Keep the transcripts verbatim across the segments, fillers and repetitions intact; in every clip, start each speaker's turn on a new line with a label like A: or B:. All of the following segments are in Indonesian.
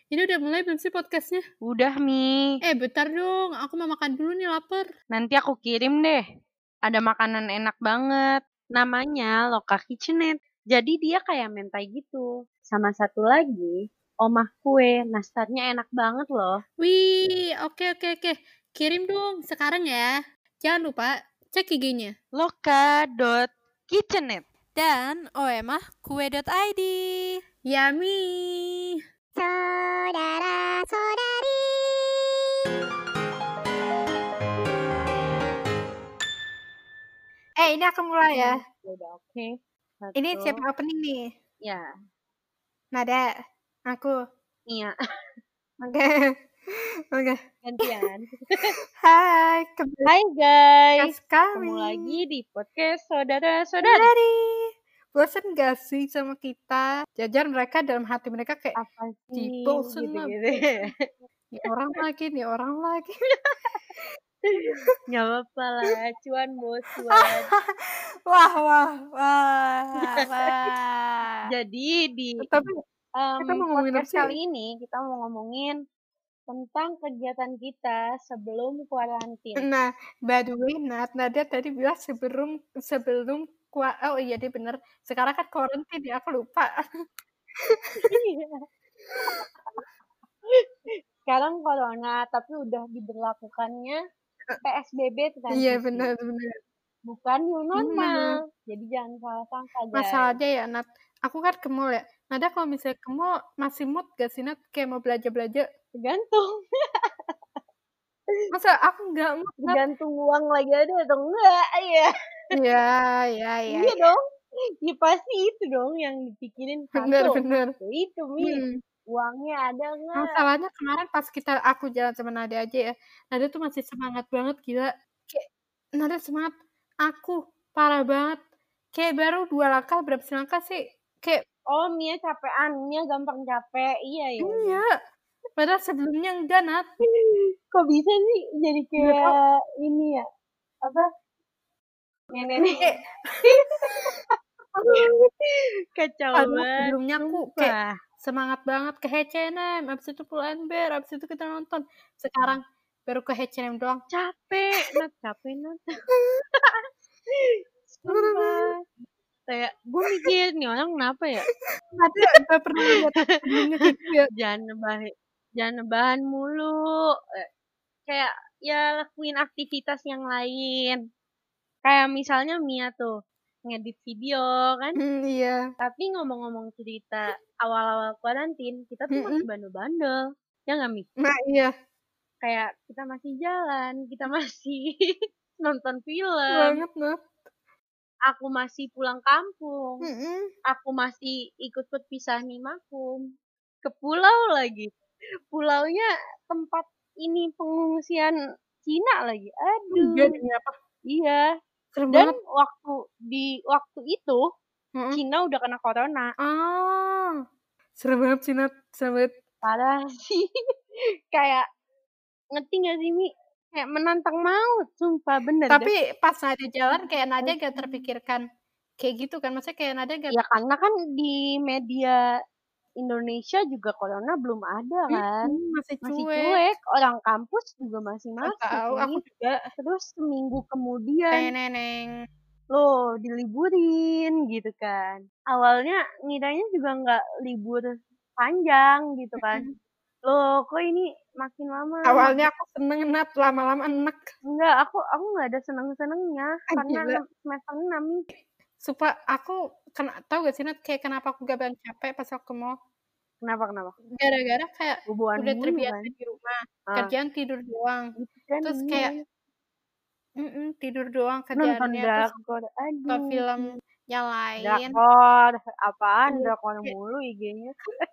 A: Ini udah mulai belum sih podcastnya?
B: Udah, Mi.
A: Eh, bentar dong. Aku mau makan dulu nih, lapar.
B: Nanti aku kirim deh. Ada makanan enak banget. Namanya Loka Kitchenette. Jadi dia kayak mentai gitu. Sama satu lagi, omah kue. Nastarnya enak banget loh.
A: Wih, oke oke oke. Kirim dong sekarang ya. Jangan lupa cek I G-nya.
B: loka dot kitchenette.
A: Dan omahkue dot I D. Yummy.
C: Saudara-saudari. Eh, ini aku mulai ya.
B: Udah oke. Satu.
C: Ini siapa opening nih?
B: Ya.
C: Nada. Aku.
B: Iya.
C: Oke. Oke.
B: Gantian.
C: Hai, kembali
B: Hai guys.
C: kami.
B: Ketemu lagi di podcast saudara-saudari.
C: Saudari. Bosan gak sih sama kita? Jajar mereka dalam hati mereka kayak
B: Apa sih?
C: bosen lah.
B: Gitu-gitu.
C: Nih orang lagi, nih orang lagi.
B: Gak apa-apa lah, cuan bos, cuan.
C: Wah, wah, wah, wah.
B: Jadi di
C: Tapi
B: um,
C: kita mau ngomongin apa
B: podcast
C: sih?
B: kali ini kita mau ngomongin tentang kegiatan kita sebelum kuarantin.
C: Nah, by the way, Nat, Nada tadi bilang sebelum sebelum kua oh iya dia bener. Sekarang kan kuarantin ya, aku lupa.
B: Sekarang corona, tapi udah diberlakukannya P S B B transisi.
C: Iya benar benar.
B: Bukan new normal.
C: Bener.
B: Jadi jangan salah sangka guys.
C: Masalahnya ya, Nat, aku kan ke mall ya. Nada kalau misalnya ke mall masih mood gak sih, Nat? Kayak mau belanja-belanja.
B: Tergantung.
C: Masa aku nggak mood, Nat?
B: Tergantung uang lagi ada atau enggak, ya.
C: Iya, iya, iya.
B: Iya dong. Ya pasti itu dong yang dipikirin.
C: Bener,
B: Satu,
C: bener.
B: ya itu, Mi.
C: Hmm.
B: Uangnya ada nggak?
C: Masalahnya kemarin pas kita aku jalan sama Nada aja ya, Nada tuh masih semangat banget, gila. Kayak Nada semangat, aku parah banget. Kayak baru dua langkah, berapa sih langkah sih? Kayak
B: Oh, Mia capean, Mia gampang capek. Iya ya.
C: iya. Padahal sebelumnya enggak, Nat.
B: Kok bisa sih jadi kayak ini ya? Apa? Nenek-nenek. Kacau
C: Padahal
B: banget.
C: sebelumnya aku kayak semangat banget ke H and M, abis itu Pull&Bear, abis itu kita nonton. Sekarang baru ke H and M doang.
B: Capek, Nat, capek, Nat. Sumpah. Kayak gue mikir nih orang kenapa ya?
C: Nada nggak pernah lihat sebelumnya gitu ya.
B: Jangan nebahin, jangan nebahan mulu. Kayak ya lakuin aktivitas yang lain. Kayak misalnya Mia tuh ngedit video kan.
C: Hmm, iya.
B: Tapi ngomong-ngomong cerita awal-awal karantin, kita tuh masih bandel-bandel. Ya nggak, Mi?
C: Nah, iya.
B: Kayak kita masih jalan, kita masih nonton film.
C: Banget, Nat.
B: Aku masih pulang kampung.
C: Mm-mm.
B: Aku masih ikut perpisah Nimakum. Ke pulau lagi. Pulaunya tempat ini pengungsian Cina lagi. Aduh.
C: Iya, demi apa?
B: Iya.
C: Serem
B: Dan
C: banget.
B: waktu di waktu itu
C: Mm-mm.
B: Cina udah kena corona.
C: Ah, serem banget sih, Nat. Serem banget.
B: Parah sih. Kayak ngerti gak sih, Mi? Kayak menantang maut, sumpah bener.
C: Tapi pas Nada jalan kayak Nada gak terpikirkan kayak gitu kan? Maksudnya kayak Nada gak...
B: Ya karena kan di media Indonesia juga corona belum ada kan.
C: Hmm, masih cuek.
B: Masih cuek. Orang kampus juga masih masuk.
C: Tahu, aku juga.
B: Terus seminggu kemudian
C: Neneng.
B: loh diliburin gitu kan. Awalnya ngiranya juga nggak libur panjang gitu kan. Loh kok ini makin lama.
C: Awalnya aku seneng, Nat, lama-lama enek.
B: Enggak, aku aku nggak ada seneng-senengnya karena semester enam.
C: Sumpah aku kena, tahu gak sih, Nat, kayak kenapa aku gak banget capek pas aku ke mall?
B: Kenapa kenapa?
C: Gara-gara kayak
B: Bubuan
C: udah
B: mulu,
C: terbiasa
B: kan?
C: di rumah,
B: Ah.
C: kerjaan tidur doang.
B: Kan
C: Terus
B: iya.
C: kayak mm tidur doang
B: Nonton
C: kerjaannya, terus
B: drakor,
C: nonton
B: aduh.
C: film yang lain.
B: Drakor, apaan
C: Iya.
B: drakor mulu I G-nya?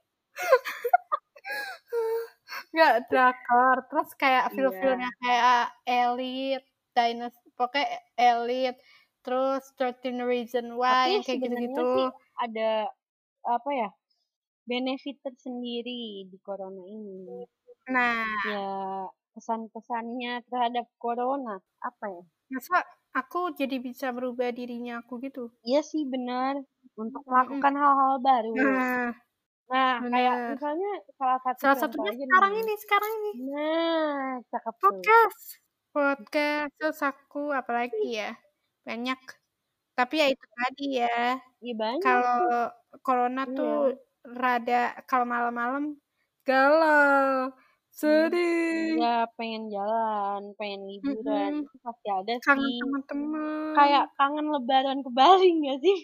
C: Nggak drakor, terus kayak
B: Iya.
C: film-filmnya kayak Elite, Dynasty, pokoknya Elite, terus thirteen Reasons Why, yang
B: Tapi
C: kayak
B: sebenarnya
C: gitu-gitu.
B: sih ada apa ya? Benefit tersendiri di corona ini.
C: Nah,
B: Ya, pesan-pesannya terhadap corona apa ya?
C: masa aku jadi bisa merubah dirinya aku gitu?
B: Iya sih benar, untuk melakukan hal-hal baru.
C: Nah,
B: Nah, kayak
C: Bener.
B: misalnya salah satu
C: Salah
B: contoh
C: satunya
B: aja
C: sekarang
B: nih.
C: ini, sekarang ini.
B: Nah, cakep tuh.
C: Podcast. Podcast, terus aku apalagi ya, banyak. Tapi ya itu tadi ya,
B: Iya banyak sih.
C: kalau corona tuh
B: Iya.
C: rada kalau malam-malam galau,
B: Hmm.
C: sedih.
B: Ya pengen jalan, pengen liburan,
C: Mhm.
B: itu pasti ada
C: Kangen
B: sih.
C: temen-temen.
B: Kayak kangen lebaran ke Bali nggak sih?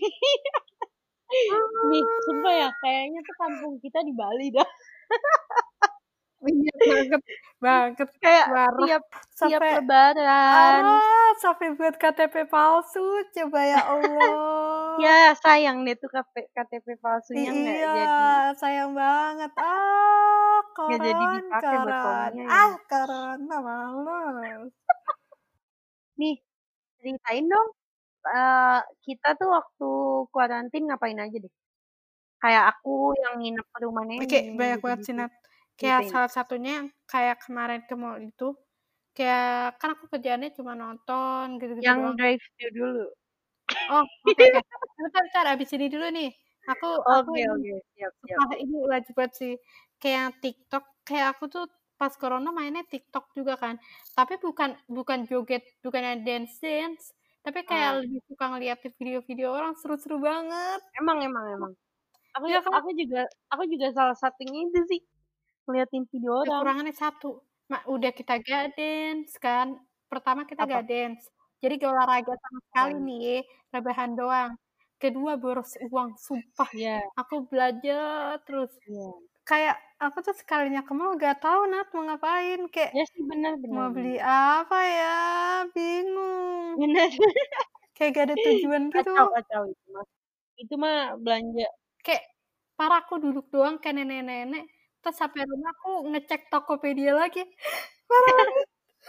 B: Nih, sumpah ya, kayaknya tuh kampung kita di Bali dah.
C: Iya banget, banget,
B: Kayak
C: parah.
B: tiap tiap
C: Sampai
B: lebaran.
C: parah, sampai buat K T P palsu, coba ya Allah.
B: Ya, sayang deh tuh K T P palsunya nggak
C: Iya,
B: jadi
C: sayang banget. Ah,
B: nggak jadi
C: koron,
B: dipakai buat
C: koron.
B: suaminya ya.
C: Ah, corona males.
B: Nih, ceritain dong, eee, kita tuh waktu kuarantin ngapain aja deh? Kayak aku yang nginep ke rumah
C: Oke,
B: nenek
C: banyak banget sih,
B: gitu-gitu.
C: Nat. Kayak
B: Ceritain.
C: salah satunya yang kayak kemarin ke mall itu, kayak kan aku kerjaannya cuma nonton gitu-gitu
B: Yang
C: doang.
B: drive-thru dulu.
C: Oh, oke oke. Bentar bentar, habis ini dulu nih. Aku aku
B: Oke
C: ini,
B: oke, siap siap.
C: sumpah ini wajib banget sih. Kayak TikTok, kayak aku tuh pas corona mainnya TikTok juga kan. Tapi bukan bukan joget, bukan yang dance-dance, tapi kayak
B: Ah.
C: lebih suka ngeliatin video-video orang seru-seru banget.
B: Emang emang emang. Aku
C: Iya kan?
B: aku juga aku juga salah satunya itu sih, ngeliatin video orang.
C: Kekurangannya satu, ma udah kita nggak dance kan, pertama kita
B: Apa?
C: nggak dance, jadi nggak olahraga sama sekali
B: Apaan?
C: nih, rebahan doang. Kedua boros uang, sumpah,
B: Iya.
C: aku belanja terus.
B: Iya.
C: Kayak aku tuh sekalinya ke mall nggak tahu Nat mau ngapain, kayak
B: Iya sih, bener bener
C: mau
B: bener.
C: beli apa ya, bingung.
B: Bener.
C: Kayak gak ada tujuan gitu.
B: Kacau kacau itu mah. Itu mah belanja.
C: Kayak parah aku duduk doang kayak nenek-nenek, terus sampai rumah aku ngecek Tokopedia lagi. Parah banget.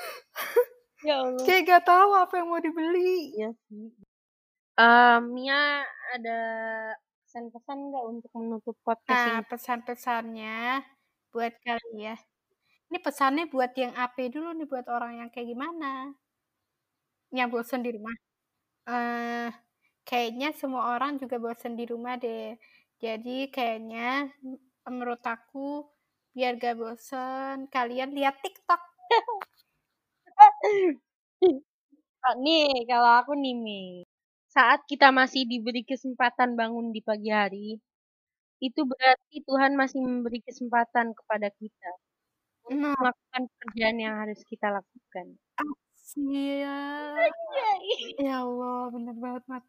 B: Ya Allah.
C: Kayak gak tahu apa yang mau dibeli.
B: Iya sih. Eee, Mia ada pesan-pesan nggak untuk menutup podcast
C: Nah,
B: ini?
C: pesan-pesannya buat kalian ya. Ini pesannya buat yang A P dulu nih, buat orang yang kayak gimana? Yang bosen di rumah. Eee, kayaknya semua orang juga bosen di rumah deh. Jadi kayaknya menurut aku biar gak bosen, kalian lihat TikTok.
B: Eee, nih kalau aku nih Mi, saat kita masih diberi kesempatan bangun di pagi hari, itu berarti Tuhan masih memberi kesempatan kepada kita untuk
C: Nah.
B: melakukan pekerjaan yang harus kita lakukan.
C: Asih.
B: Anjay.
C: Ya Allah, bener banget, Nat.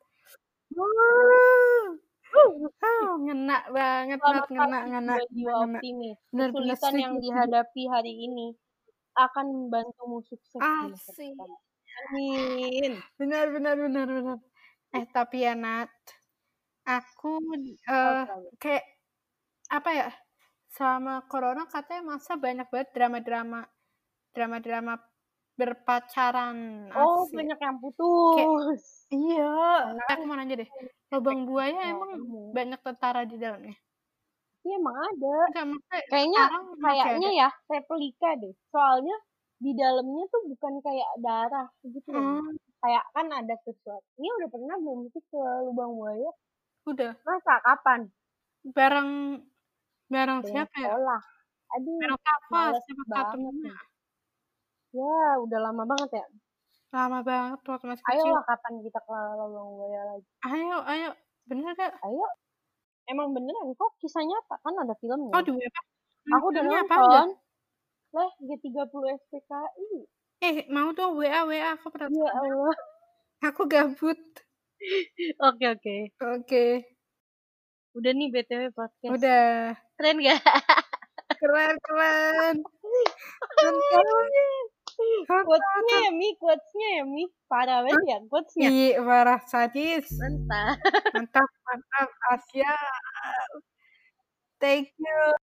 C: Ngena banget, Nat,
B: Selamat
C: ngena
B: pagi
C: ngena
B: jiwa-jiwa
C: ngena.
B: optimis.
C: Bener bener,
B: Kesulitan
C: setuju
B: yang
C: setuju.
B: dihadapi hari ini akan membantumu sukses di masa
C: Asih.
B: depan. Amin.
C: Benar benar benar benar. Eh, tapi ya Nat, aku, eee,
B: Apa?
C: kayak apa ya, selama corona katanya masa banyak banget drama-drama drama-drama berpacaran,
B: Oh,
C: asik.
B: banyak yang
C: Kayak
B: putus.
C: iya,
B: Karena
C: aku mau nanya deh, Lubang Buaya
B: oh,
C: emang
B: kamu.
C: banyak tentara di dalamnya?
B: Iya emang ada.
C: Enggak, maksudnya
B: Kayaknya
C: sekarang masih
B: kayaknya
C: ada?
B: ya replika deh. Soalnya di dalamnya tuh bukan kayak darah gitu loh.
C: Oh.
B: Kayak kan ada sesuatu. Ini udah pernah belum sih ke Lubang Buaya?
C: Udah.
B: Masa kapan?
C: Bareng bareng
B: Dengan
C: siapa ya?
B: sekolah. Aduh,
C: Bareng Kava
B: males
C: sama
B: banget
C: temennya.
B: nih. Ya, udah lama banget ya.
C: Lama banget waktu masih kecil.
B: Ayolah kapan kita ke Lubang Buaya lagi.
C: Ayo ayo, bener gak?
B: Ayo. Emang beneran kok, kisah nyata kan ada filmnya.
C: Oh, di W A?
B: Aku udah
C: Filmnya apa?
B: nonton. Lah, G tiga puluh S P K I.
C: Eh, mau dong W A W A, aku penasaran.
B: Ya Allah.
C: Aku gabut.
B: Oke oke.
C: Oke.
B: Udah nih B T W podcast.
C: Udah.
B: Keren gak?
C: Keren keren. Mantap.
B: Quotes-nya ya Mi, quotes-nya ya Mi. Parah banget ya quotes-nya.
C: Ih, parah, sadis.
B: Mantap.
C: Mantap, mantap, Asia. Thank you.